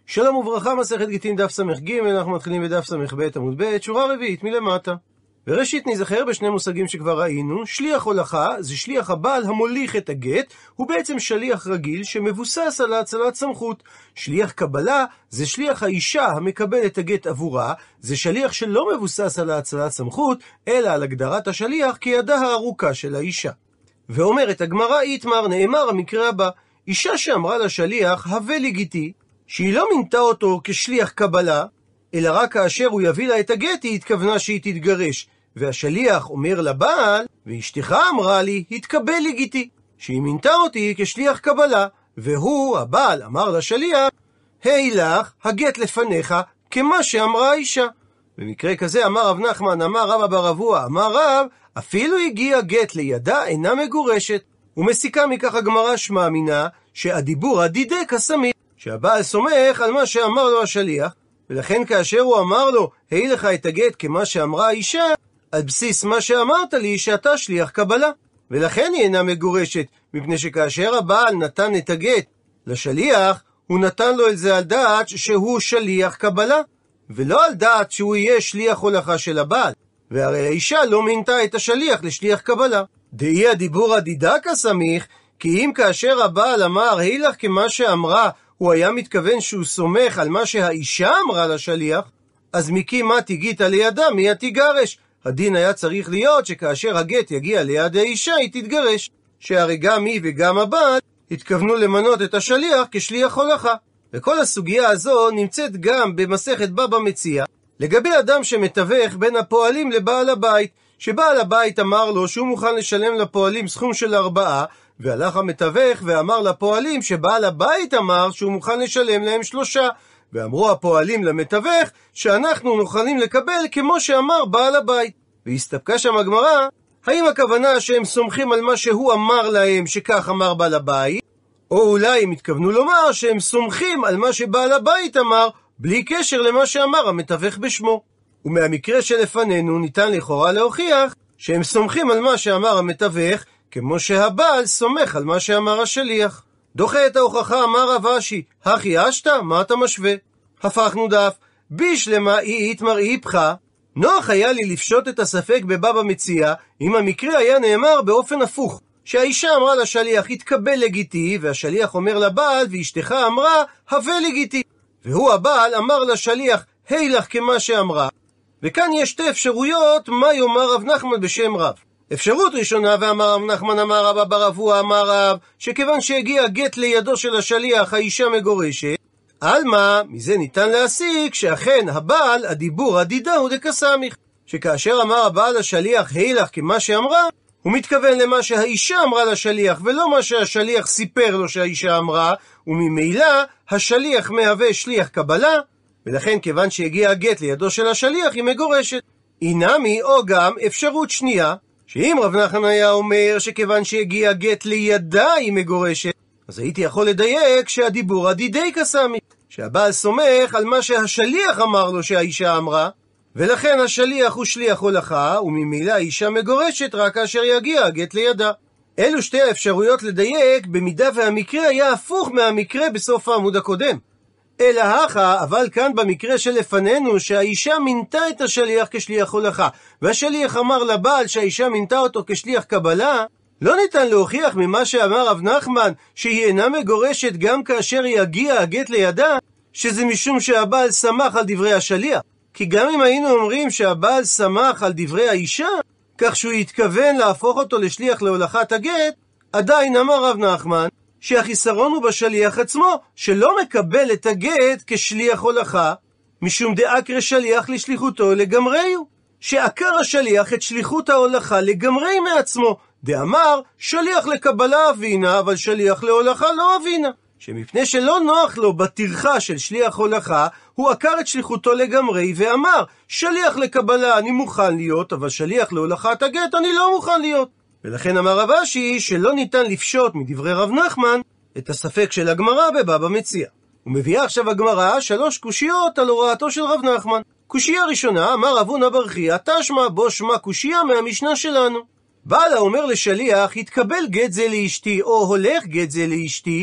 שלום וברכה, מסכת גיטין דף ס"ג, אנחנו מתחילים בדף ס"ב עמוד ב', שורה רביעית מלמטה. וראשית נזכר בשני מושגים שכבר ראינו. שליח הולכה זה שליח הבעל המוליך את הגט, הוא בעצם שליח רגיל שמבוסס על האצלת סמכות. שליח קבלה זה שליח האישה המקבל את הגט עבורה, זה שליח שלא מבוסס על האצלת סמכות, אלא על הגדרת השליח כידה הארוכה של האישה. ואומרת הגמרא איתמר, נאמר המקרה הבא, אישה שאמרה לשליח הווה לי גיטי, שהיא לא מינתה אותו כשליח קבלה, אלא רק כאשר הוא יביא לה את הגט היא התכוונה שהיא תתגרש. והשליח אומר לבעל, ואשתך אמרה לי, התקבל לי גיטי, שהיא מינתה אותי כשליח קבלה. והוא, הבעל, אמר לשליח, היי לך, הגט לפניך, כמה שאמרה האישה. במקרה כזה אמר רב נחמן, אמר רבא בר אבוה, אמר רב, אפילו הגיע גט לידה אינה מגורשת. ומסיקה מכך הגמרא שמע מינה, שהדיבור הדידק הסמיך, שהבעל סומך על מה שאמר לו השליח, ולכן כאשר הוא אמר לו, היי לך את הגט כמה שאמרה האישה, על בסיס מה שאמרת לי שאתה שליח קבלה. ולכן היא אינה מגורשת, מפני שכאשר הבעל נתן את הגט לשליח, הוא נתן לו את זה על דעת שהוא שליח קבלה, ולא על דעת שהוא יהיה שליח הולכה של הבעל. והרי האישה לא מינתה את השליח לשליח קבלה. דאי הדיבור הדידק הסמיך, כי אם כאשר הבעל אמר, היי לך כמה שאמרה, הוא היה מתכוון שהוא סומך על מה שהאישה אמרה לשליח, אז מכי מה תיגית לידה מי תיגרש? הדין היה צריך להיות שכאשר הגט יגיע ליד האישה היא תתגרש, שהרי גם היא וגם הבעל התכוונו למנות את השליח כשליח הולכה. וכל הסוגיה הזו נמצאת גם במסכת בבא מציעא, לגבי אדם שמתווך בין הפועלים לבעל הבית, שבעל הבית אמר לו שהוא מוכן לשלם לפועלים סכום של 4, והלך המתווך ואמר לפועלים שבעל הבית אמר שהוא מוכן לשלם להם 3, ואמרו הפועלים למתווך שאנחנו מוכנים לקבל כמו שאמר בעל הבית. והסתפקה שם הגמרא, האם הכוונה שהם סומכים על מה שהוא אמר להם שכך אמר בעל הבית, או אולי הם התכוונו לומר שהם סומכים על מה שבעל הבית אמר בלי קשר למה שאמר המתווך בשמו. ומהמקרה שלפנינו ניתן לכאורה להוכיח שהם סומכים על מה שאמר המתווך כמו שהבעל סומך על מה שאמר השליח. דוחה את ההוכחה אמר רב אשי, הכי אשתא, מה אתה משווה? הפכנו דף, בישלמה איתמר איפך, נוח היה לי לפשוט את הספק בבבא מציעא אם המקרה היה נאמר באופן הפוך, שהאישה אמרה לשליח התקבל לגיטי, והשליח אומר לבעל ואשתך אמרה הווה לגיטי, והוא הבעל אמר לשליח היי לך כמה שאמרה. וכאן יש שתי אפשרויות מה יאמר רב נחמן בשם רב. אפשרות ראשונה, ואמר רב נחמן אמר רבא בר אבוה אמר רב, שכיוון שהגיע גט לידו של השליח האישה מגורשת, אלמה, מזה ניתן להסיק שאכן הבעל הדיבור הדידה הוא דקסמיך, שכאשר אמר הבעל לשליח היי לך כמה שאמרה, הוא מתכוון למה שהאישה אמרה לשליח ולא מה שהשליח סיפר לו שהאישה אמרה, וממילא השליח מהווה שליח קבלה, ולכן כיוון שהגיע הגט לידו של השליח היא מגורשת. אינמי, או גם אפשרות שנייה, שאם רב נחמן היה אומר שכיוון שהגיע גט לידה היא מגורשת, אז הייתי יכול לדייק שהדיבור הדידי קסמי, שהבעל סומך על מה שהשליח אמר לו שהאישה אמרה, ולכן השליח הוא שליח הולכה, וממילא האישה מגורשת רק כאשר יגיע הגט לידה. אלו שתי האפשרויות לדייק במידה והמקרה היה הפוך מהמקרה בסוף העמוד הקודם. אלא הכה, אבל כאן במקרה שלפנינו שהאישה מינתה את השליח כשליח הולכה, והשליח אמר לבעל שהאישה מינתה אותו כשליח קבלה, לא ניתן להוכיח ממה שאמר רב נחמן שהיא אינה מגורשת גם כאשר יגיע הגט לידה, שזה משום שהבעל שמח על דברי השליח. כי גם אם היינו אומרים שהבעל שמח על דברי האישה, כך שהוא התכוון להפוך אותו לשליח להולכת הגט, עדיין אמר רב נחמן שהחיסרון הוא בשליח עצמו, שלא מקבל את הגט כשליח הולכה, משום דאקרא שליח לשליחותו לגמרי הוא, שעקר השליח את שליחות ההולכה לגמרי מעצמו, דאמר שליח לקבלה אבינה, אבל שליח להולכה לא אבינה, שמפני שלא נוח לו בטרחה של שליח הולכה, הוא עקר את שליחותו לגמרי ואמר שליח לקבלה אני מוכן להיות, אבל שליח להולכת הגט אני לא מוכן להיות. ולכן אמר רב אשי שלא ניתן לפשוט מדברי רב נחמן את הספק של הגמרא בבבא מציעא. ומביאה עכשיו הגמרא 3 קושיות על הוראתו של רב נחמן. קושייה ראשונה, אמר רב הונא בר חייא תשמע, בו שמע קושייה מהמשנה שלנו. בעלה אומר לשליח התקבל גט זה לאשתי, או הולך גט זה לאשתי,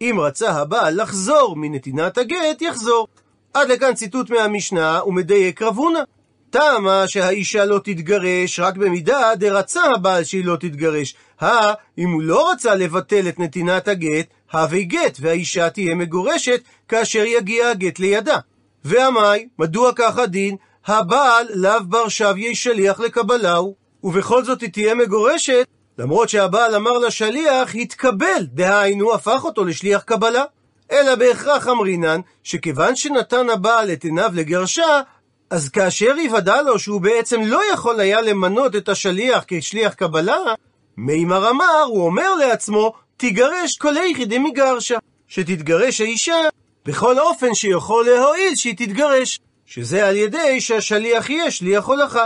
אם רצה הבעל לחזור מנתינת הגט, יחזור. עד לכאן ציטוט מהמשנה, ומדייק רב הונא. טעמה שהאישה לא תתגרש רק במידה דרצה הבעל שהיא לא תתגרש. אם הוא לא רצה לבטל את נתינת הגט, הווי גט, והאישה תהיה מגורשת כאשר יגיע הגט לידה. והמאי, מדוע כך הדין? הבעל לאו בר שביה שליח לקבלהו, ובכל זאת היא תהיה מגורשת, למרות שהבעל אמר לשליח, התקבל, דהיינו הפך אותו לשליח קבלה. אלא בהכרח אמרינן, שכיוון שנתן הבעל את עיניו לגרשה, אז כאשר יוודע לו שהוא בעצם לא יכול היה למנות את השליח כשליח קבלה, מימר אמר, הוא אומר לעצמו, תיגרש קולייכי דמיגרשה, שתתגרש האישה בכל אופן שיכול להועיל שהיא תתגרש, שזה על ידי שהשליח יהיה שליח הולכה.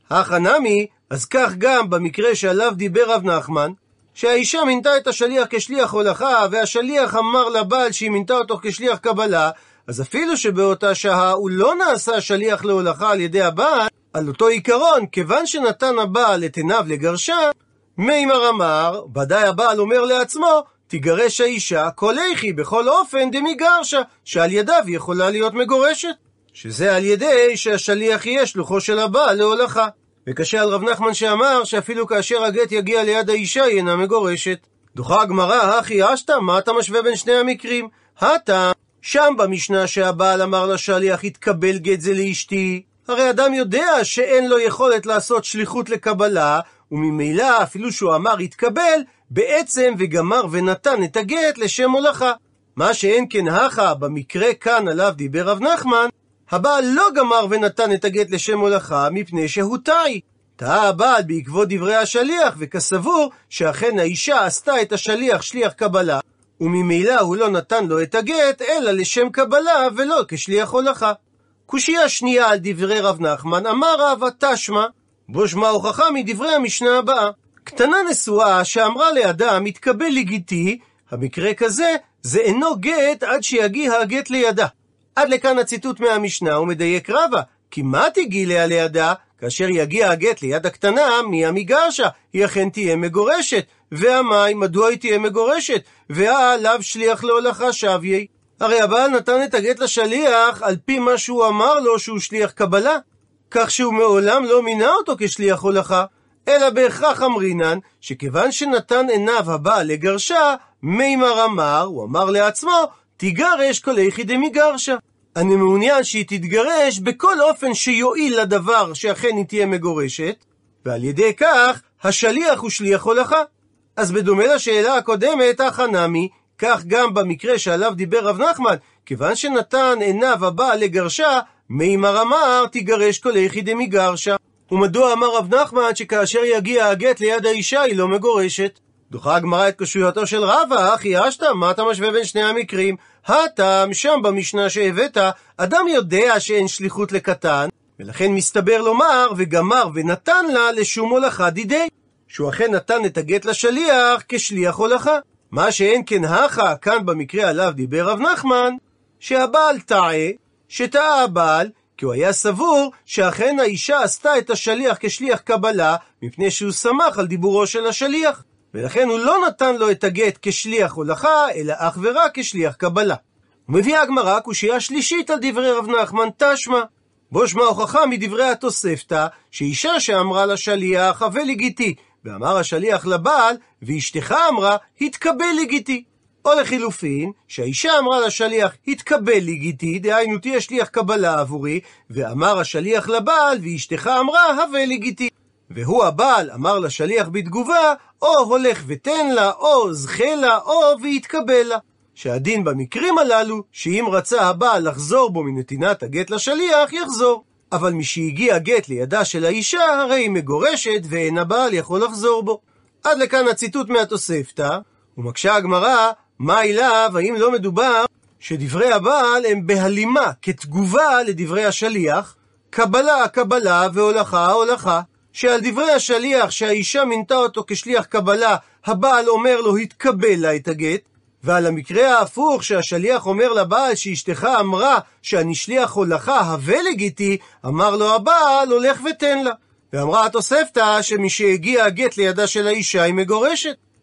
החנמי, אז כך גם במקרה שעליו דיבר רב נחמן, שהאישה מינתה את השליח כשליח הולכה, והשליח אמר לבעל שהיא מינתה אותו כשליח קבלה, אז אפילו שבאותה שעה הוא לא נעשה שליח להולכה על ידי הבעל, על אותו עיקרון, כיוון שנתן הבעל את עיניו לגרשה, מימר אמר, ודאי הבעל אומר לעצמו, תיגרש האישה קולייכי בכל אופן דמיגרשה, שעל ידיו היא יכולה להיות מגורשת, שזה על ידי שהשליח יהיה שלוחו של הבעל להולכה. וקשה על רב נחמן שאמר שאפילו כאשר הגט יגיע ליד האישה היא אינה מגורשת. דוחה הגמרא, הכי אשתא, מה אתה משווה בין שני המקרים? הטעם, שם במשנה שהבעל אמר לשליח, התקבל גט זה לאשתי, הרי אדם יודע שאין לו יכולת לעשות שליחות לקבלה, וממילא אפילו שהוא אמר התקבל, בעצם וגמר ונתן את הגט לשם הולכה. מה שאין כן הכה במקרה כאן עליו דיבר רב נחמן, הבעל לא גמר ונתן את הגט לשם הולכה מפני שהוא טעי. טעה הבעל בעקבות דברי השליח וכסבור שאכן האישה עשתה את השליח שליח קבלה, וממילא הוא לא נתן לו את הגט אלא לשם קבלה ולא כשליח הולכה. קושיה שנייה על דברי רב נחמן, אמר רב תשמע, בו שמע הוכחה מדברי המשנה הבאה. קטנה נשואה שאמרה לאדם התקבל לגיתי, המקרה כזה זה אינו גט עד שיגיע הגט לידה. עד לכאן הציטוט מהמשנה, הוא מדייק רבה, כי מה תגיע לידה? כאשר יגיע הגט ליד הקטנה, מי המגרשה? היא אכן תהיה מגורשת. והמאי, מדוע היא תהיה מגורשת? והעליו שליח להולכה שוויי. הרי הבעל נתן את הגט לשליח על פי מה שהוא אמר לו שהוא שליח קבלה, כך שהוא מעולם לא מינה אותו כשליח הולכה, אלא בהכרח אמרינן, שכיוון שנתן עיניו הבעל לגרשה, מימר אמר, הוא אמר לעצמו, תיגרש קולייכי דמיגרשה. אני מעוניין שהיא תתגרש בכל אופן שיועיל לדבר שאכן היא תהיה מגורשת, ועל ידי כך השליח הוא שליח הולכה. אז בדומה לשאלה הקודמת, החנמי, כך גם במקרה שעליו דיבר רב נחמן, כיוון שנתן עיניו הבעל לגרשה, מימר אמר תיגרש קולייכי דמיגרשה. ומדוע אמר רב נחמן שכאשר יגיע הגט ליד האישה היא לא מגורשת? דוחה הגמרא את קושייתו של רבא, הכי אשתא, מה אתה משווה בין שני המקרים? הטעם, שם במשנה שהבאת, אדם יודע שאין שליחות לקטן, ולכן מסתבר לומר, וגמר ונתן לה לשום הולכה דידי, שהוא אכן נתן את הגט לשליח כשליח הולכה. מה שאין כן הכה, כאן במקרה עליו דיבר רב נחמן, שהבעל טעה, שטעה הבעל, כי הוא היה סבור שאכן האישה עשתה את השליח כשליח קבלה, מפני שהוא שמח על דיבורו של השליח. ולכן הוא לא נתן לו את הגט כשליח הולכה, אלא אך ורק כשליח קבלה. ומביאה הגמרא קושיה שלישית על דברי רב נחמן תשמע, בו שמע הוכחה מדברי התוספתא, שאישה שאמרה לשליח הווה לגיתי, ואמר השליח לבעל, ואשתך אמרה התקבל לגיתי. או לחילופין, שהאישה אמרה לשליח התקבל לגיתי, דהיינו תהיה שליח קבלה עבורי, ואמר השליח לבעל, ואשתך אמרה הווה לגיתי. והוא הבעל אמר לשליח בתגובה, או הולך ותן לה, או זכה לה, או ויתקבל לה. שהדין במקרים הללו, שאם רצה הבעל לחזור בו מנתינת הגט לשליח, יחזור. אבל משהגיע הגט לידה של האישה, הרי היא מגורשת, ואין הבעל יכול לחזור בו. עד לכאן הציטוט מהתוספתא, ומקשה הגמרא, מה אליו, האם לא מדובר שדברי הבעל הם בהלימה כתגובה לדברי השליח, קבלה, קבלה, והולכה, הולכה. שעל דברי השליח שהאישה מינתה אותו כשליח קבלה, הבעל אומר לו התקבל לה את הגט, ועל המקרה ההפוך שהשליח אומר לבעל שאשתך אמרה שאני שליח הולכה הווה לגיתי, אמר לו הבעל הולך ותן לה. ואמרה התוספתא שמשהגיע הגט לידה של האישה היא מגורשת.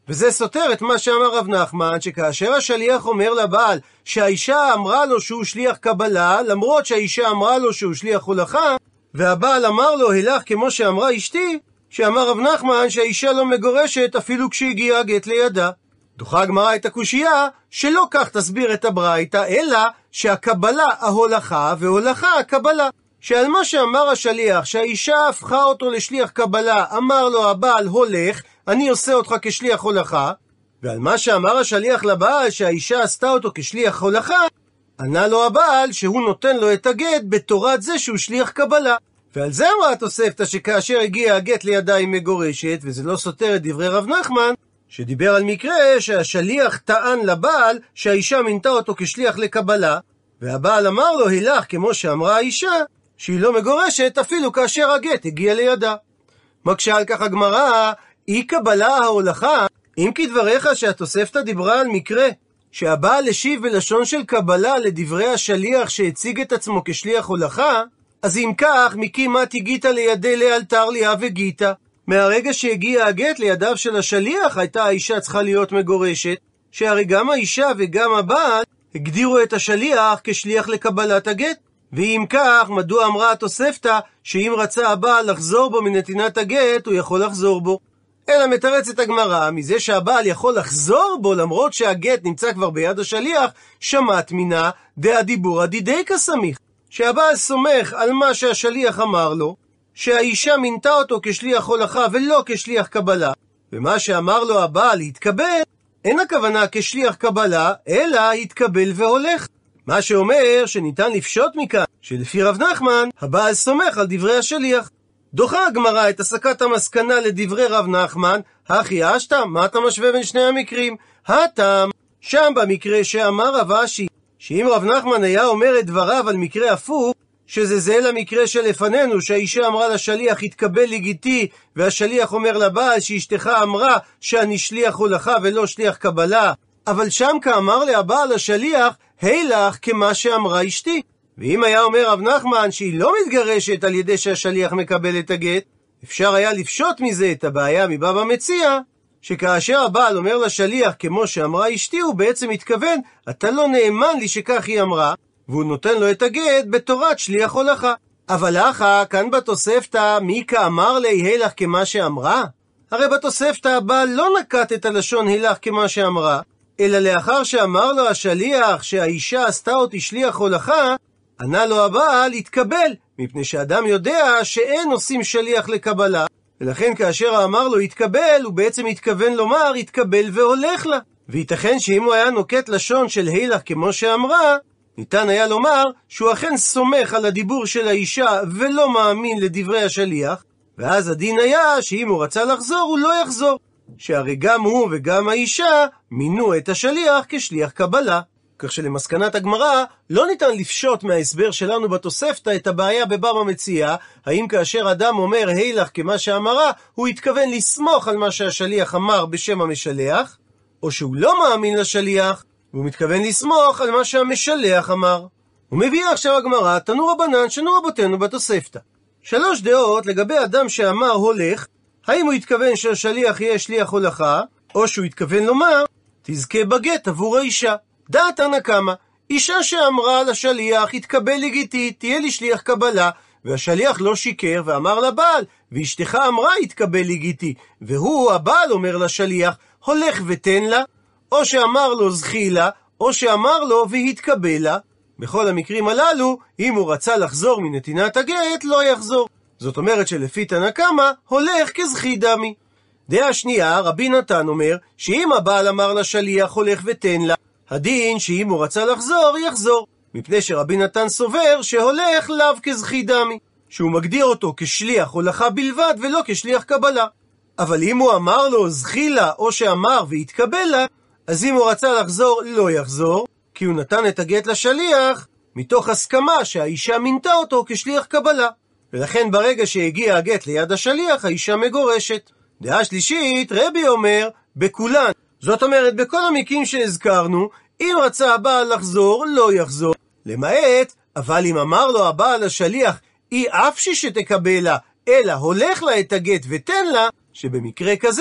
וזה סותר את מה שאמר רב נחמן, שכאשר השליח אומר לבעל שהאישה אמרה לו שהוא שליח קבלה, למרות שהאישה אמרה לו שהוא שליח הולכה, והבעל אמר לו הלך כמו שאמרה אשתי, שאמר רב נחמן שהאישה לא מגורשת אפילו כשהגיע הגט לידה. דוחה הגמרא את הקושייה שלא כך תסביר את הברייתא, אלא שהקבלה ההולכה והולכה הקבלה. שעל מה שאמר השליח שהאישה הפכה אותו לשליח קבלה, אמר לו הבעל הולך, אני עושה אותך כשליח הולכה, ועל מה שאמר השליח לבעל שהאישה עשתה אותו כשליח הולכה, ענה לו הבעל שהוא נותן לו את הגט בתורת זה שהוא שליח קבלה. ועל זה אמרה התוספתא שכאשר הגיע הגט לידה היא מגורשת, וזה לא סותר את דברי רב נחמן שדיבר על מקרה שהשליח טען לבעל שהאישה מינתה אותו כשליח לקבלה, והבעל אמר לו הלך כמו שאמרה האישה שהיא לא מגורשת אפילו כאשר הגט הגיע לידה. מקשה על כך הגמרא, אי קבלה ההולכה, אם כדבריך שהתוספתא דיברה על מקרה שהבעל השיב בלשון של קבלה לדברי השליח שהציג את עצמו כשליח הולכה, אז אם כך, מקימת הגיתה לידי לאלתר ליה וגיתה. מהרגע שהגיע הגט לידיו של השליח, הייתה האישה צריכה להיות מגורשת, שהרי גם האישה וגם הבעל הגדירו את השליח כשליח לקבלת הגט. ואם כך, מדוע אמרה התוספתא שאם רצה הבעל לחזור בו מנתינת הגט, הוא יכול לחזור בו? אלא מתרצת הגמרא, מזה שהבעל יכול לחזור בו למרות שהגט נמצא כבר ביד השליח, שמעת מינה דהדיבורא דידיקא סמיך, שהבעל סומך על מה שהשליח אמר לו, שהאישה מינתה אותו כשליח הולכה ולא כשליח קבלה, ומה שאמר לו הבעל התקבל, אין הכוונה כשליח קבלה, אלא התקבל והולך. מה שאומר שניתן לפשוט מכאן, שלפי רב נחמן, הבעל סומך על דברי השליח. דוחה הגמרא את הסקת המסקנה לדברי רב נחמן, הכי אשתא, מה אתה משווה בין שני המקרים? הטעם, שם במקרה שאמר רב אשי, שאם רב נחמן היה אומר את דבריו על מקרה הפוך, שזה זה למקרה שלפנינו, שהאישה אמרה לשליח התקבל לגיטי, והשליח אומר לבעל שאשתך אמרה שאני שליח הולכה ולא שליח קבלה, אבל שם כאמר להבעל השליח, הילך כמה שאמרה אשתי. ואם היה אומר רב נחמן שהיא לא מתגרשת על ידי שהשליח מקבל את הגט, אפשר היה לפשוט מזה את הבעיה מבבא מציעא, שכאשר הבעל אומר לשליח כמו שאמרה אשתי, הוא בעצם מתכוון, אתה לא נאמן לי שכך היא אמרה, והוא נותן לו את הגט בתורת שליח הולכה. אבל אחא, כאן בתוספתא, מי כאמר לי הילך כמה שאמרה? הרי בתוספתא הבעל לא נקט את הלשון הילך כמה שאמרה, אלא לאחר שאמר לו השליח שהאישה עשתה אותי שליח הולכה, ענה לו הבעל התקבל, מפני שאדם יודע שאין עושים שליח לקבלה, ולכן כאשר אמר לו התקבל, הוא בעצם התכוון לומר התקבל והולך לה. וייתכן שאם הוא היה נוקט לשון של הילך כמו שאמרה, ניתן היה לומר שהוא אכן סומך על הדיבור של האישה ולא מאמין לדברי השליח, ואז הדין היה שאם הוא רצה לחזור הוא לא יחזור, שהרי גם הוא וגם האישה מינו את השליח כשליח קבלה. כך שלמסקנת הגמרא לא ניתן לפשוט מההסבר שלנו בתוספתא את הבעיה בבבא מציעא, האם כאשר אדם אומר הילך כמה שאמרה, הוא התכוון לסמוך על מה שהשליח אמר בשם המשלח, או שהוא לא מאמין לשליח, והוא מתכוון לסמוך על מה שהמשלח אמר. הוא מביא עכשיו הגמרא, תנו רבנן שנו רבותינו בתוספתא. 3 דעות לגבי אדם שאמר הולך, האם הוא התכוון שהשליח יהיה שליח הולכה, או שהוא התכוון לומר, תזכה בגט עבור האישה. דעת תנא קמא, אישה שאמרה לשליח, התקבל לגיטי, תהיה לי שליח קבלה, והשליח לא שיקר ואמר לבעל, ואשתך אמרה התקבל לגיטי, והוא, הבעל, אומר לשליח, הולך ותן לה, או שאמר לו זכי לה, או שאמר לו והתקבל לה. בכל המקרים הללו, אם הוא רצה לחזור מנתינת הגט, לא יחזור. זאת אומרת שלפי תנא קמא, הולך כזכי דמי. דעה שנייה, רבי נתן אומר, שאם הבעל אמר לשליח הולך ותן לה, הדין שאם הוא רצה לחזור, יחזור. מפני שרבי נתן סובר שהולך לאו כזכי דמי, שהוא מגדיר אותו כשליח הולכה בלבד ולא כשליח קבלה. אבל אם הוא אמר לו זכי לה, או שאמר והתקבל לה, אז אם הוא רצה לחזור, לא יחזור, כי הוא נתן את הגט לשליח מתוך הסכמה שהאישה מינתה אותו כשליח קבלה. ולכן ברגע שהגיע הגט ליד השליח, האישה מגורשת. דעה שלישית, רבי אומר, בכולן. זאת אומרת, בכל המקרים שהזכרנו, אם רצה הבעל לחזור, לא יחזור. למעט, אבל אם אמר לו הבעל השליח, אי אפשי שתקבל לה, אלא הולך לה את הגט ותן לה, שבמקרה כזה,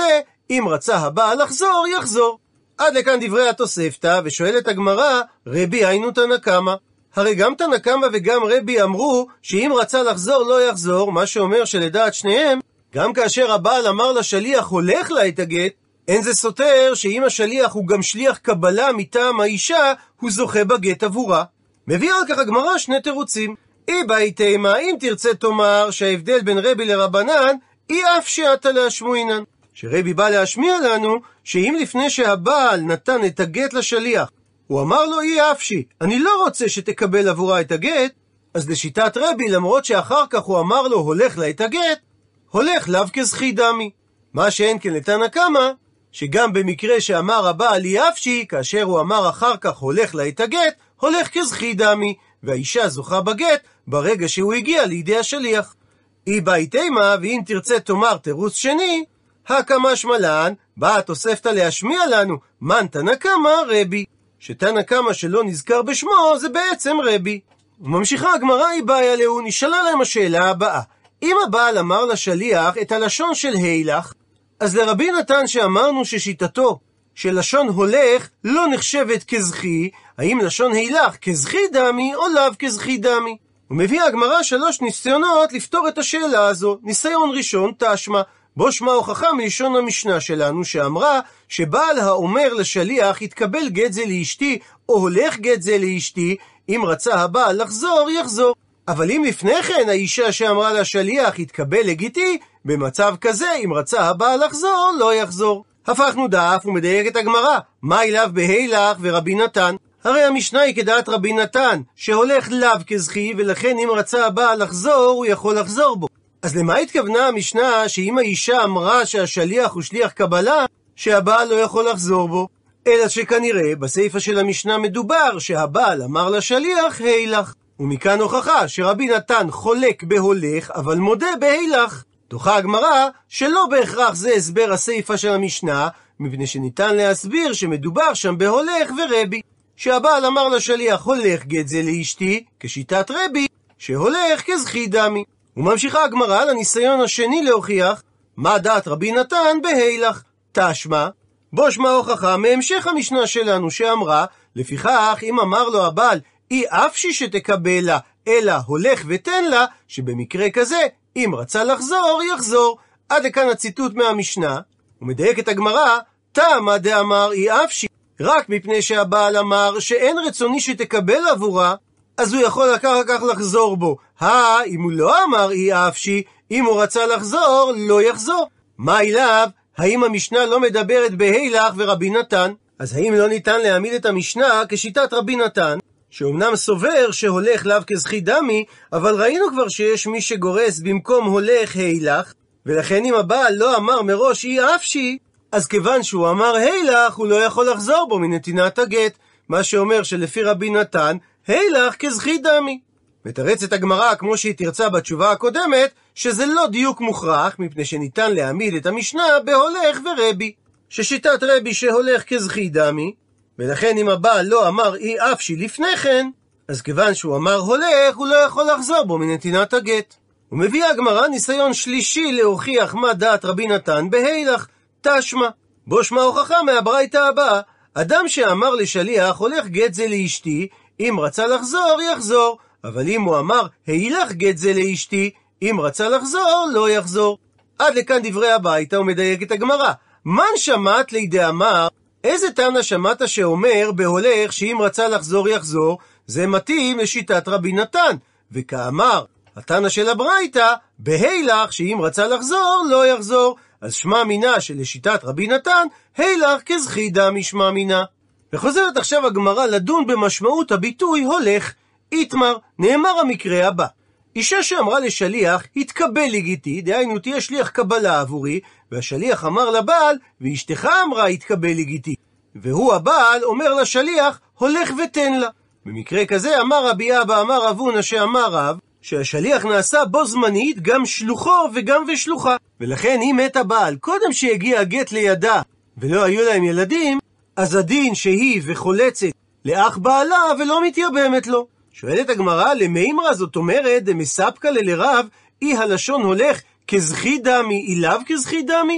אם רצה הבעל לחזור, יחזור. עד לכאן דברי התוספתא, ושואלת הגמרא, רבי היינו תנא קמא? הרי גם תנא קמא וגם רבי אמרו שאם רצה לחזור לא יחזור, מה שאומר שלדעת שניהם, גם כאשר הבעל אמר לשליח הולך לה את הגט, אין זה סותר שאם השליח הוא גם שליח קבלה מטעם האישה, הוא זוכה בגט עבורה. מביאה על כך הגמרא שני תירוצים. אי באי תימא, אם תרצה תאמר שההבדל בין רבי לרבנן, אי אף שעתה להשמועינן. שרבי בא להשמיע לנו שאם לפני שהבעל נתן את הגט לשליח, הוא אמר לו אי אפשי, אני לא רוצה שתקבל עבורה את הגט, אז לשיטת רבי, למרות שאחר כך הוא אמר לו הולך לה את הגט, הולך לאו כזכי דמי. מה שאין כן לתנא קמא, שגם במקרה שאמר הבעל אי אפשי, כאשר הוא אמר אחר כך הולך לה את הגט, הולך כזכי דמי, והאישה זוכה בגט ברגע שהוא הגיע לידי השליח. אי באי תימא, ואם תרצה תאמר תירוץ שני, הקמא שמלן, באה התוספתא להשמיע לנו מן תנא קמא רבי, שתנא קמא שלא נזכר בשמו זה בעצם רבי. וממשיכה הגמרא, היא בעיה לו, נשאלה להם השאלה הבאה: אם הבעל אמר לשליח את הלשון של הילך, אז לרבי נתן שאמרנו ששיטתו שלשון הולך לא נחשבת כזכי, האם לשון הילך כזכי דמי או לאו כזכי דמי? ומביאה הגמרא 3 ניסיונות לפתור את השאלה הזו. ניסיון ראשון, תשמע, בו שמע הוכחה מלשון המשנה שלנו שאמרה שבעל האומר לשליח התקבל גט זה לאשתי או הולך גט זה לאשתי, אם רצה הבעל לחזור יחזור. אבל אם לפני כן האישה שאמרה לשליח התקבל לגיטי, במצב כזה אם רצה הבעל לחזור לא יחזור. הפכנו דף ומדייק את הגמרא, מה אליו בהילך ורבי נתן? הרי המשנה היא כדעת רבי נתן שהולך לאו כזכי, ולכן אם רצה הבעל לחזור הוא יכול לחזור בו. אז למה התכוונה המשנה שאם האישה אמרה שהשליח הוא שליח קבלה, שהבעל לא יכול לחזור בו? אלא שכנראה בסעיפה של המשנה מדובר שהבעל אמר לשליח הילך, ומכאן הוכחה שרבי נתן חולק בהולך אבל מודה בהילך. דוחה הגמרא שלא בהכרח זה הסבר הסעיפה של המשנה, מפני שניתן להסביר שמדובר שם בהולך ורבי, שהבעל אמר לשליח הולך גט זה לאשתי, כשיטת רבי שהולך כזכי דמי. וממשיכה הגמרא לניסיון השני להוכיח מה דעת רבי נתן בהילך. תשמע, בו שמע הוכחה מהמשך המשנה שלנו שאמרה לפיכך אם אמר לו הבעל אי אפשי שתקבל לה אלא הולך ותן לה, שבמקרה כזה אם רצה לחזור יחזור. עד לכאן הציטוט מהמשנה. ומדייק את הגמרא, תמה דאמר אי אפשי, רק מפני שהבעל אמר שאין רצוני שתקבל עבורה, אז הוא יכול אחר כך לחזור בו. אם הוא לא אמר אי אפשי, אם הוא רצה לחזור לא יחזור. מה אליו? האם המשנה לא מדברת בהילך ורבי נתן? אז האם לא ניתן להעמיד את המשנה כשיטת רבי נתן, שאומנם סובר שהולך לאו כזכי דמי, אבל ראינו כבר שיש מי שגורס במקום הולך הילך, ולכן אם הבעל לא אמר מראש אי אפשי, אז כיוון שהוא אמר הילך הוא לא יכול לחזור בו מנתינת הגט, מה שאומר שלפי רבי נתן הילך כזכי דמי. מתרצת הגמרא כמו שהיא תרצה בתשובה הקודמת שזה לא דיוק מוכרח, מפני שניתן להעמיד את המשנה בהולך ורבי, ששיטת רבי שהולך כזכי דמי, ולכן אם הבעל לא אמר אי אפשי לפני כן, אז כיוון שהוא אמר הולך הוא לא יכול לחזור בו מנתינת הגט. ומביאה הגמרא ניסיון שלישי להוכיח מה דעת רבי נתן בהילך. תשמע, בו שמע הוכחה מהברייתא הבאה, אדם שאמר לשליח הולך גט זה לאשתי, אם רצה לחזור יחזור, אבל אם הוא אמר הילך גט זה לאשתי, אם רצה לחזור לא יחזור. עד לכאן דברי הברייתא ומדייק את הגמרא. מן שמעת לידי אמר, איזה תנא שמעת שאומר בהולך שאם רצה לחזור יחזור? זה מתאים לשיטת רבי נתן, וכאמר התנא של הברייתא בהילך שאם רצה לחזור לא יחזור, אז שמע מינה שלשיטת רבי נתן הילך כזכי דמי שמע מינה. וחוזרת עכשיו הגמרא לדון במשמעות הביטוי הולך. איתמר, נאמר המקרה הבא: אישה שאמרה לשליח התקבל לגיטי, דהיינו תהיה שליח קבלה עבורי, והשליח אמר לבעל ואשתך אמרה התקבל לגיטי, והוא הבעל אומר לשליח הולך ותן לה. במקרה כזה אמר רבי אבא אמר רב הונא שאמר רב, שהשליח נעשה בו זמנית גם שלוחו וגם ושלוחה, ולכן אם מת הבעל קודם שהגיע הגט לידה ולא היו להם ילדים, אז הדין שהיא וחולצת לאח בעלה ולא מתייבמת לו. שואלת הגמרא, למימרא, זאת אומרת דמספקא לרב אי הלשון הולך כזכי דמי אי לאו כזכי דמי,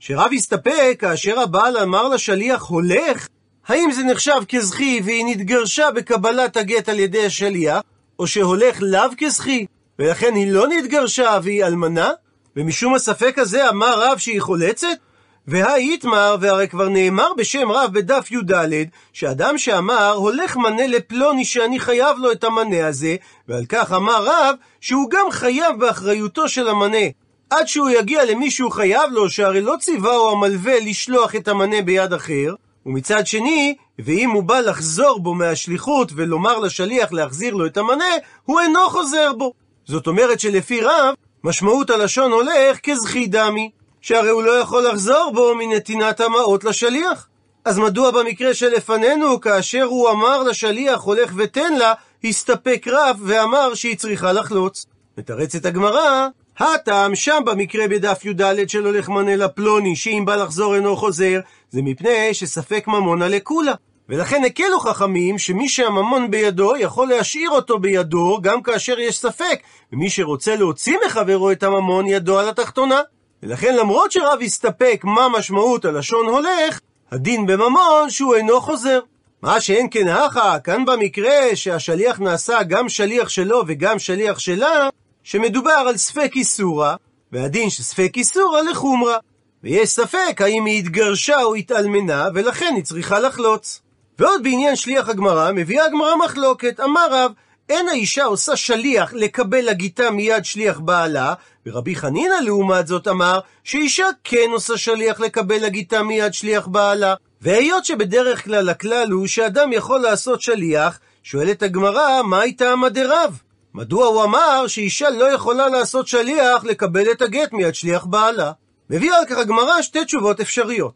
שרב הסתפק כאשר הבעל אמר לשליח הולך, האם זה נחשב כזכי והיא נתגרשה בקבלת הגט על ידי השליח, או שהולך לאו כזכי, ולכן היא לא נתגרשה והיא אלמנה? ומשום הספק הזה אמר רב שהיא חולצת? והאיתמר, והרי כבר נאמר בשם רב בדף י"ד, שאדם שאמר הולך מנה לפלוני שאני חייב לו את המנה הזה, ועל כך אמר רב שהוא גם חייב באחריותו של המנה, עד שהוא יגיע למי שהוא חייב לו, שהרי לא ציווהו המלווה לשלוח את המנה ביד אחר. ומצד שני, ואם הוא בא לחזור בו מהשליחות ולומר לשליח להחזיר לו את המנה, הוא אינו חוזר בו. זאת אומרת שלפי רב, משמעות הלשון הולך כזכי דמי, שהרי הוא לא יכול לחזור בו מנתינת המעות לשליח. אז מדוע במקרה שלפנינו, כאשר הוא אמר לשליח הולך ותן לה, הסתפק רב ואמר שהיא צריכה לחלוץ? מתרצת הגמרא, הטעם שם במקרה בדף י"ד של הולך מנה לפלוני, שאם בא לחזור אינו חוזר, זה מפני שספק ממונה לכולה. ולכן הקלו חכמים שמי שהממון בידו יכול להשאיר אותו בידו גם כאשר יש ספק, ומי שרוצה להוציא מחברו את הממון ידו על התחתונה. ולכן למרות שרב הסתפק מה משמעות הלשון הולך, הדין בממון שהוא אינו חוזר. מה שאין כן הכה, כאן במקרה שהשליח נעשה גם שליח שלו וגם שליח שלה, שמדובר על ספק איסורה, והדין שספק איסורה לחומרה. ויש ספק האם היא התגרשה או התאלמנה, ולכן היא צריכה לחלוץ. ועוד בעניין שליח הגמרא, מביאה הגמרא מחלוקת. אמר רב, אין האישה עושה שליח לקבל לגיטה מיד שליח בעלה, ורבי חנינא לעומת זאת אמר שאישה כן עושה שליח לקבל לגיטה מיד שליח בעלה. והיות שבדרך כלל הכלל הוא שאדם יכול לעשות שליח, שואלת הגמרא, מה הייתה דרב? מדוע הוא אמר שאישה לא יכולה לעשות שליח לקבל את הגט מיד שליח בעלה? מביאה על כך הגמרא שתי תשובות אפשריות.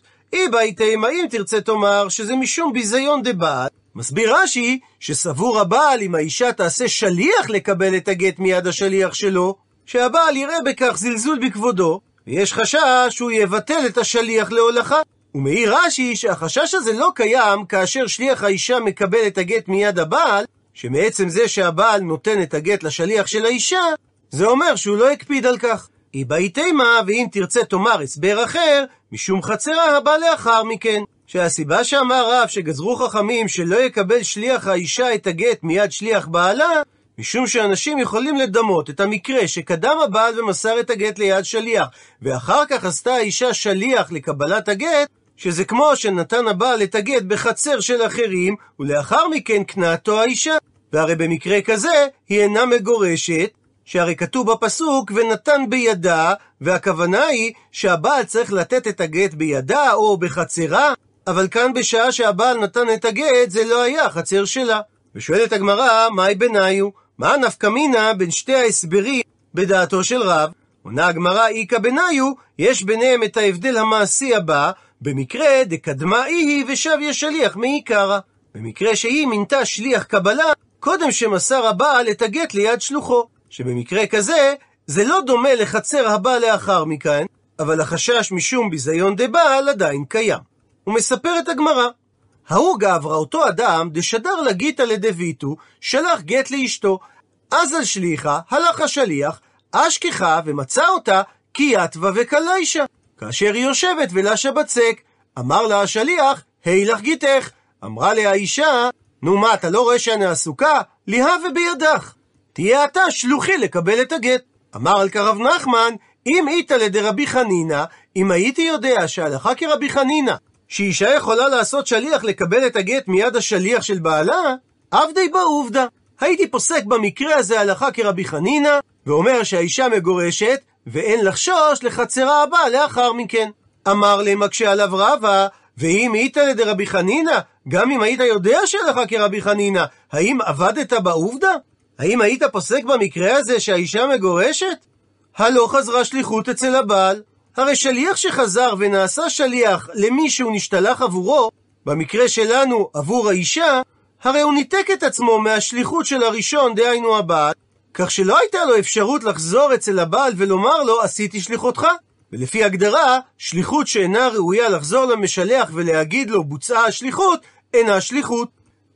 אם תרצה תאמר שזה משום ביזיון דבעל, מסביר רש"י שסבור הבעל אם האישה תעשה שליח לקבל את הגט מיד השליח שלו, שהבעל יראה בכך זלזול בכבודו, ויש חשש שהוא יבטל את השליח להולכה. ומעיר רש"י שהחשש הזה לא קיים כאשר שליח האישה מקבל את הגט מיד הבעל, שמעצם זה שהבעל נותן את הגט לשליח של האישה, זה אומר שהוא לא הקפיד על כך. ואם תרצה תאמר הסבר אחר, משום חצרה הבא לאחר מכן, שהסיבה שאמר רב שגזרו חכמים שלא יקבל שליח האישה את הגט מיד שליח בעלה, משום שאנשים יכולים לדמות את המקרה שקדם הבעל ומסר את הגט ליד שליח, ואחר כך עשתה האישה שליח לקבלת הגט, שזה כמו שנתן הבעל את הגט בחצר של אחרים, ולאחר מכן קנתו האישה. והרי במקרה כזה היא אינה מגורשת, שהרי כתוב בפסוק ונתן בידה, והכוונה היא שהבעל צריך לתת את הגט בידה או בחצרה, אבל כאן בשעה שהבעל נתן את הגט זה לא היה חצר שלה. ושואלת הגמרא, מהי ביניו? מה נפקא מינה בין שתי ההסברים בדעתו של רב? עונה הגמרא, איקא ביניו, יש ביניהם את ההבדל המעשי הבא, במקרה דקדמה היא ושב ישליח מעיקרא. במקרה שהיא מינתה שליח קבלה קודם שמסר הבעל את הגט ליד שלוחו, שבמקרה כזה זה לא דומה לחצר הבעל לאחר מכן, אבל החשש משום ביזיון דבעל עדיין קיים. הוא מספר את הגמרא, ההוא גברא אותו אדם דשדר לגיטה לדביתו, שלח גט לאשתו, אז על שליחה הלך השליח, אשכחה ומצא אותה כי יתווה וקליישה. כאשר היא יושבת ולשה בצק, אמר לה השליח, היי לך גיתך. אמרה לה האישה, נו מה, אתה לא רואה שאני עסוקה? להווה בידך, תהיה אתה שלוחי לקבל את הגט. אמר על כך רב נחמן, אם איתה לדרבי חנינא, אם הייתי יודע שהלכה כרבי חנינא, שאישה יכולה לעשות שליח לקבל את הגט מיד השליח של בעלה, עבדי בעובדה. הייתי פוסק במקרה הזה הלכה כרבי חנינא, ואומר שהאישה מגורשת, ואין לחשוש לחצרה הבאה לאחר מכן. אמר לי מקשה עליו רבא, ואם היית לדרבי חנינא, גם אם היית יודע שהלכה כרבי חנינא, האם עבדת בעובדה? האם היית פוסק במקרה הזה שהאישה מגורשת? הלא חזרה שליחות אצל הבעל. הרי שליח שחזר ונעשה שליח למי שהוא נשתלח עבורו, במקרה שלנו עבור האישה, הרי הוא ניתק את עצמו מהשליחות של הראשון, דהיינו הבעל, כך שלא הייתה לו אפשרות לחזור אצל הבעל ולומר לו עשיתי שליחותך. ולפי הגדרה, שליחות שאינה ראויה לחזור למשלח ולהגיד לו בוצעה השליחות, אינה שליחות.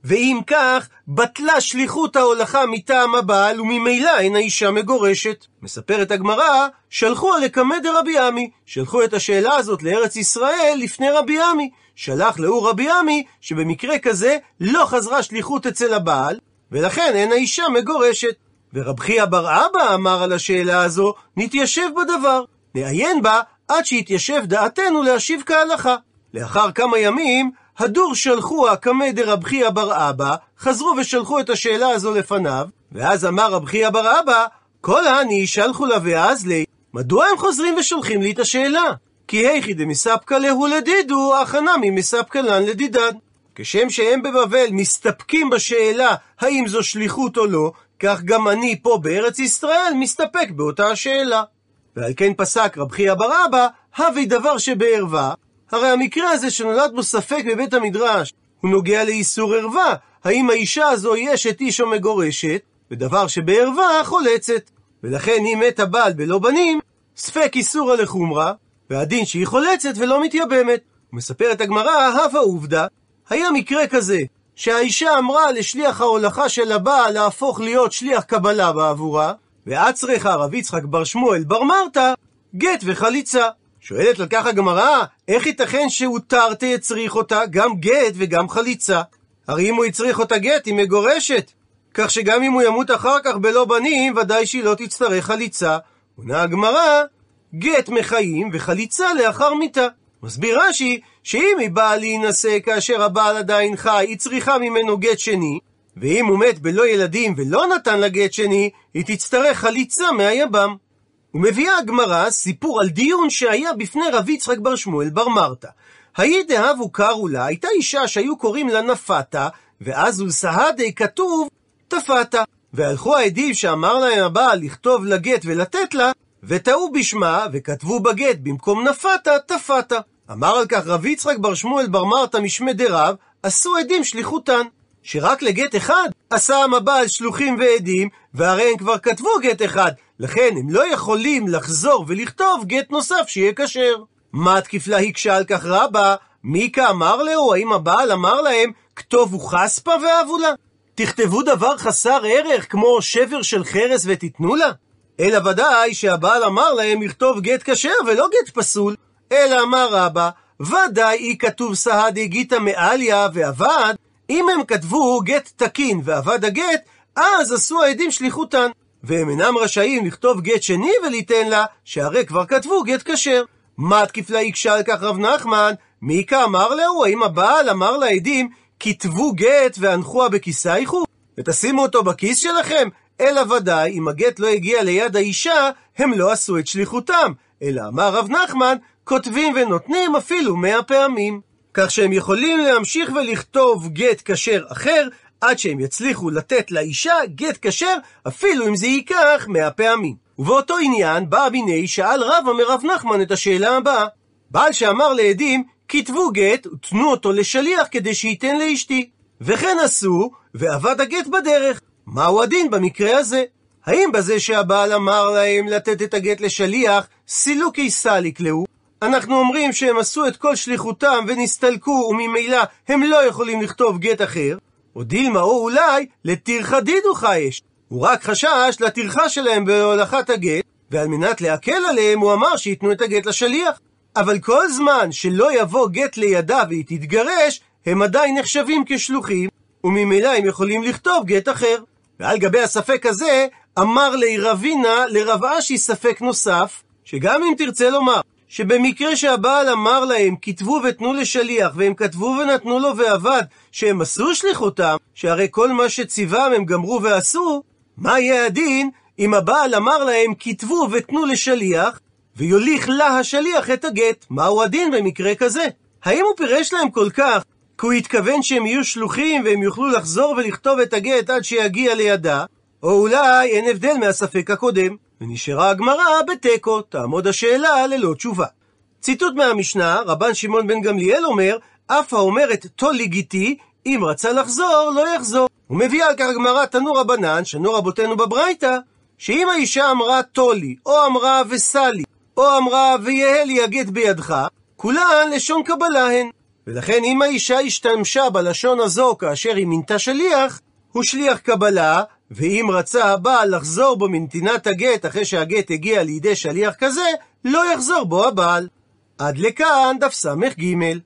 ואם כך, בטלה שליחות ההולכה מטעם הבעל, וממילא אין האישה מגורשת. מספרת הגמרא, שלחו לקמא דרבי עמי, שלחו את השאלה הזאת לארץ ישראל לפני רבי עמי. שלח לאור רבי עמי, שבמקרה כזה לא חזרה שליחות אצל הבעל, ולכן אין האישה מגורשת. ורב חייא בר אבא אמר על השאלה הזו, נתיישב בדבר, נעיין בה עד שיתיישב דעתנו להשיב כהלכה. לאחר כמה ימים, הדור שלחו הקמא דרב חייא בר אבא, חזרו ושלחו את השאלה הזו לפניו, ואז אמר רב חייא בר אבא, כל הני שלחו לה ואז לי, מדוע הם חוזרים ושולחים לי את השאלה? כי היכי דמספקא להו לדידו, הכנה ממספקא לן לדידן. כשם שהם בבבל מסתפקים בשאלה האם זו שליחות או לא, כך גם אני פה בארץ ישראל מסתפק באותה השאלה. ועל כן פסק רב חייא בר אבא, הווי דבר שבערווה, הרי המקרה הזה שנולד בו ספק בבית המדרש, הוא נוגע לאיסור ערווה, האם האישה הזו היא אשת איש או מגורשת, ודבר שבערווה חולצת. ולכן אם מת הבעל בלא בנים, ספק איסורא לחומרא, והדין שהיא חולצת ולא מתייבמת. ומספרת הגמרא, הווה עובדא, היה מקרה כזה, שהאישה אמרה לשליח ההולכה של הבעל להפוך להיות שליח קבלה בעבורה, ואצריך הרב יצחק בר שמואל בר מרתא, גט וחליצה. שואלת על כך הגמרא, איך ייתכן שהוא תרתי יצריך אותה גם גט וגם חליצה? הרי אם הוא יצריך אותה גט היא מגורשת, כך שגם אם הוא ימות אחר כך בלא בנים, ודאי שהיא לא תצטרך חליצה. עונה הגמרא, גט מחיים וחליצה לאחר מיתה. מסביר רש"י, שאם היא באה להינשא כאשר הבעל עדיין חי, היא צריכה ממנו גט שני, ואם הוא מת בלא ילדים ולא נתן לה גט שני, היא תצטרך חליצה מהיבם. ומביאה הגמרא סיפור על דיון שהיה בפני רב יצחק בר שמואל בר מרתא. היי דהבו קראו לה, הייתה אישה שהיו קוראים לה נפתה, ואז ולסהדי כתוב תפתה. והלכו העדים שאמר להם הבעל לכתוב לה גט ולתת לה, וטעו בשמה וכתבו בגט במקום נפתה תפתה. אמר על כך רב יצחק בר שמואל בר מרתא משמי דרב, עשו עדים שליחותן, שרק לגט אחד עשה הבעל שלוחים ועדים, והרי הם כבר כתבו גט אחד, לכן הם לא יכולים לחזור ולכתוב גט נוסף שיהיה כשר. מה תקיפלה הקשה על כך רבה? מיקה אמר לו, האם הבעל אמר להם, כתובו חספה ואהבו לה? תכתבו דבר חסר ערך כמו שבר של חרס ותיתנו לה? אלא ודאי שהבעל אמר להם לכתוב גט כשר ולא גט פסול. אלא אמר רבא, ודאי היא כתוב סהדי גיטה מעליה ועבד, אם הם כתבו גט תקין ועבד הגט, אז עשו העדים שליחותן, והם אינם רשאים לכתוב גט שני וליתן לה, שהרי כבר כתבו גט כשר. מה תקיפלה הקשה על כך רב נחמן? מיקה אמר לו, האם הבעל אמר לעדים, כתבו גט והנחוה בכיסייכו, ותשימו אותו בכיס שלכם? אלא ודאי, אם הגט לא הגיע ליד האישה, הם לא עשו את שליחותם, אלא אמר רב נחמן, כותבים ונותנים אפילו 100 פעמים. כך שהם יכולים להמשיך ולכתוב גט כשר אחר, עד שהם יצליחו לתת לאישה גט כשר, אפילו אם זה ייקח 100 פעמים. ובאותו עניין, בא מיני שאל רבא מרב נחמן את השאלה הבאה. בעל שאמר לעדים, כתבו גט ותנו אותו לשליח כדי שייתן לאשתי. וכן עשו, ועבד הגט בדרך. מהו הדין במקרה הזה? האם בזה שהבעל אמר להם לתת את הגט לשליח, סילוקי סליק להו? אנחנו אומרים שהם עשו את כל שליחותם ונסתלקו, וממילא הם לא יכולים לכתוב גט אחר, או דילמה או אולי לטרחה דידו חייש. הוא רק חשש לטרחה שלהם בהולכת הגט, ועל מנת להקל עליהם הוא אמר שיתנו את הגט לשליח. אבל כל זמן שלא יבוא גט לידה והיא תתגרש, הם עדיין נחשבים כשלוחים, וממילא הם יכולים לכתוב גט אחר. ועל גבי הספק הזה, אמר לי רבינה לרב אשי ספק נוסף, שגם אם תרצה לומר, שבמקרה שהבעל אמר להם כתבו ותנו לשליח, והם כתבו ונתנו לו ועבד, שהם עשו שליחותם, שהרי כל מה שציוום הם גמרו ועשו, מה יהיה הדין אם הבעל אמר להם כתבו ותנו לשליח, ויוליך לה השליח את הגט? מהו הדין במקרה כזה? האם הוא פירש להם כל כך, כי הוא התכוון שהם יהיו שלוחים והם יוכלו לחזור ולכתוב את הגט עד שיגיע לידה, או אולי אין הבדל מהספק הקודם? ונשארה הגמרא בתיקו, תעמוד השאלה ללא תשובה. ציטוט מהמשנה, רבן שמעון בן גמליאל אומר, אף האומרת תולי גיטי, אם רצה לחזור לא יחזור. הוא מביא על כך הגמרא תנו רבנן, שנו רבותינו בברייתא, שאם האישה אמרה תולי, או אמרה וסלי, או אמרה ויהא לי הגט בידך, כולן לשון קבלה הן. ולכן אם האישה השתמשה בלשון הזו כאשר היא מינתה שליח, הוא שליח קבלה, ואם רצה הבעל לחזור בו מנתינת הגט אחרי שהגט הגיע לידי שליח כזה, לא יחזור בו הבעל. עד לכאן דף ס"ג.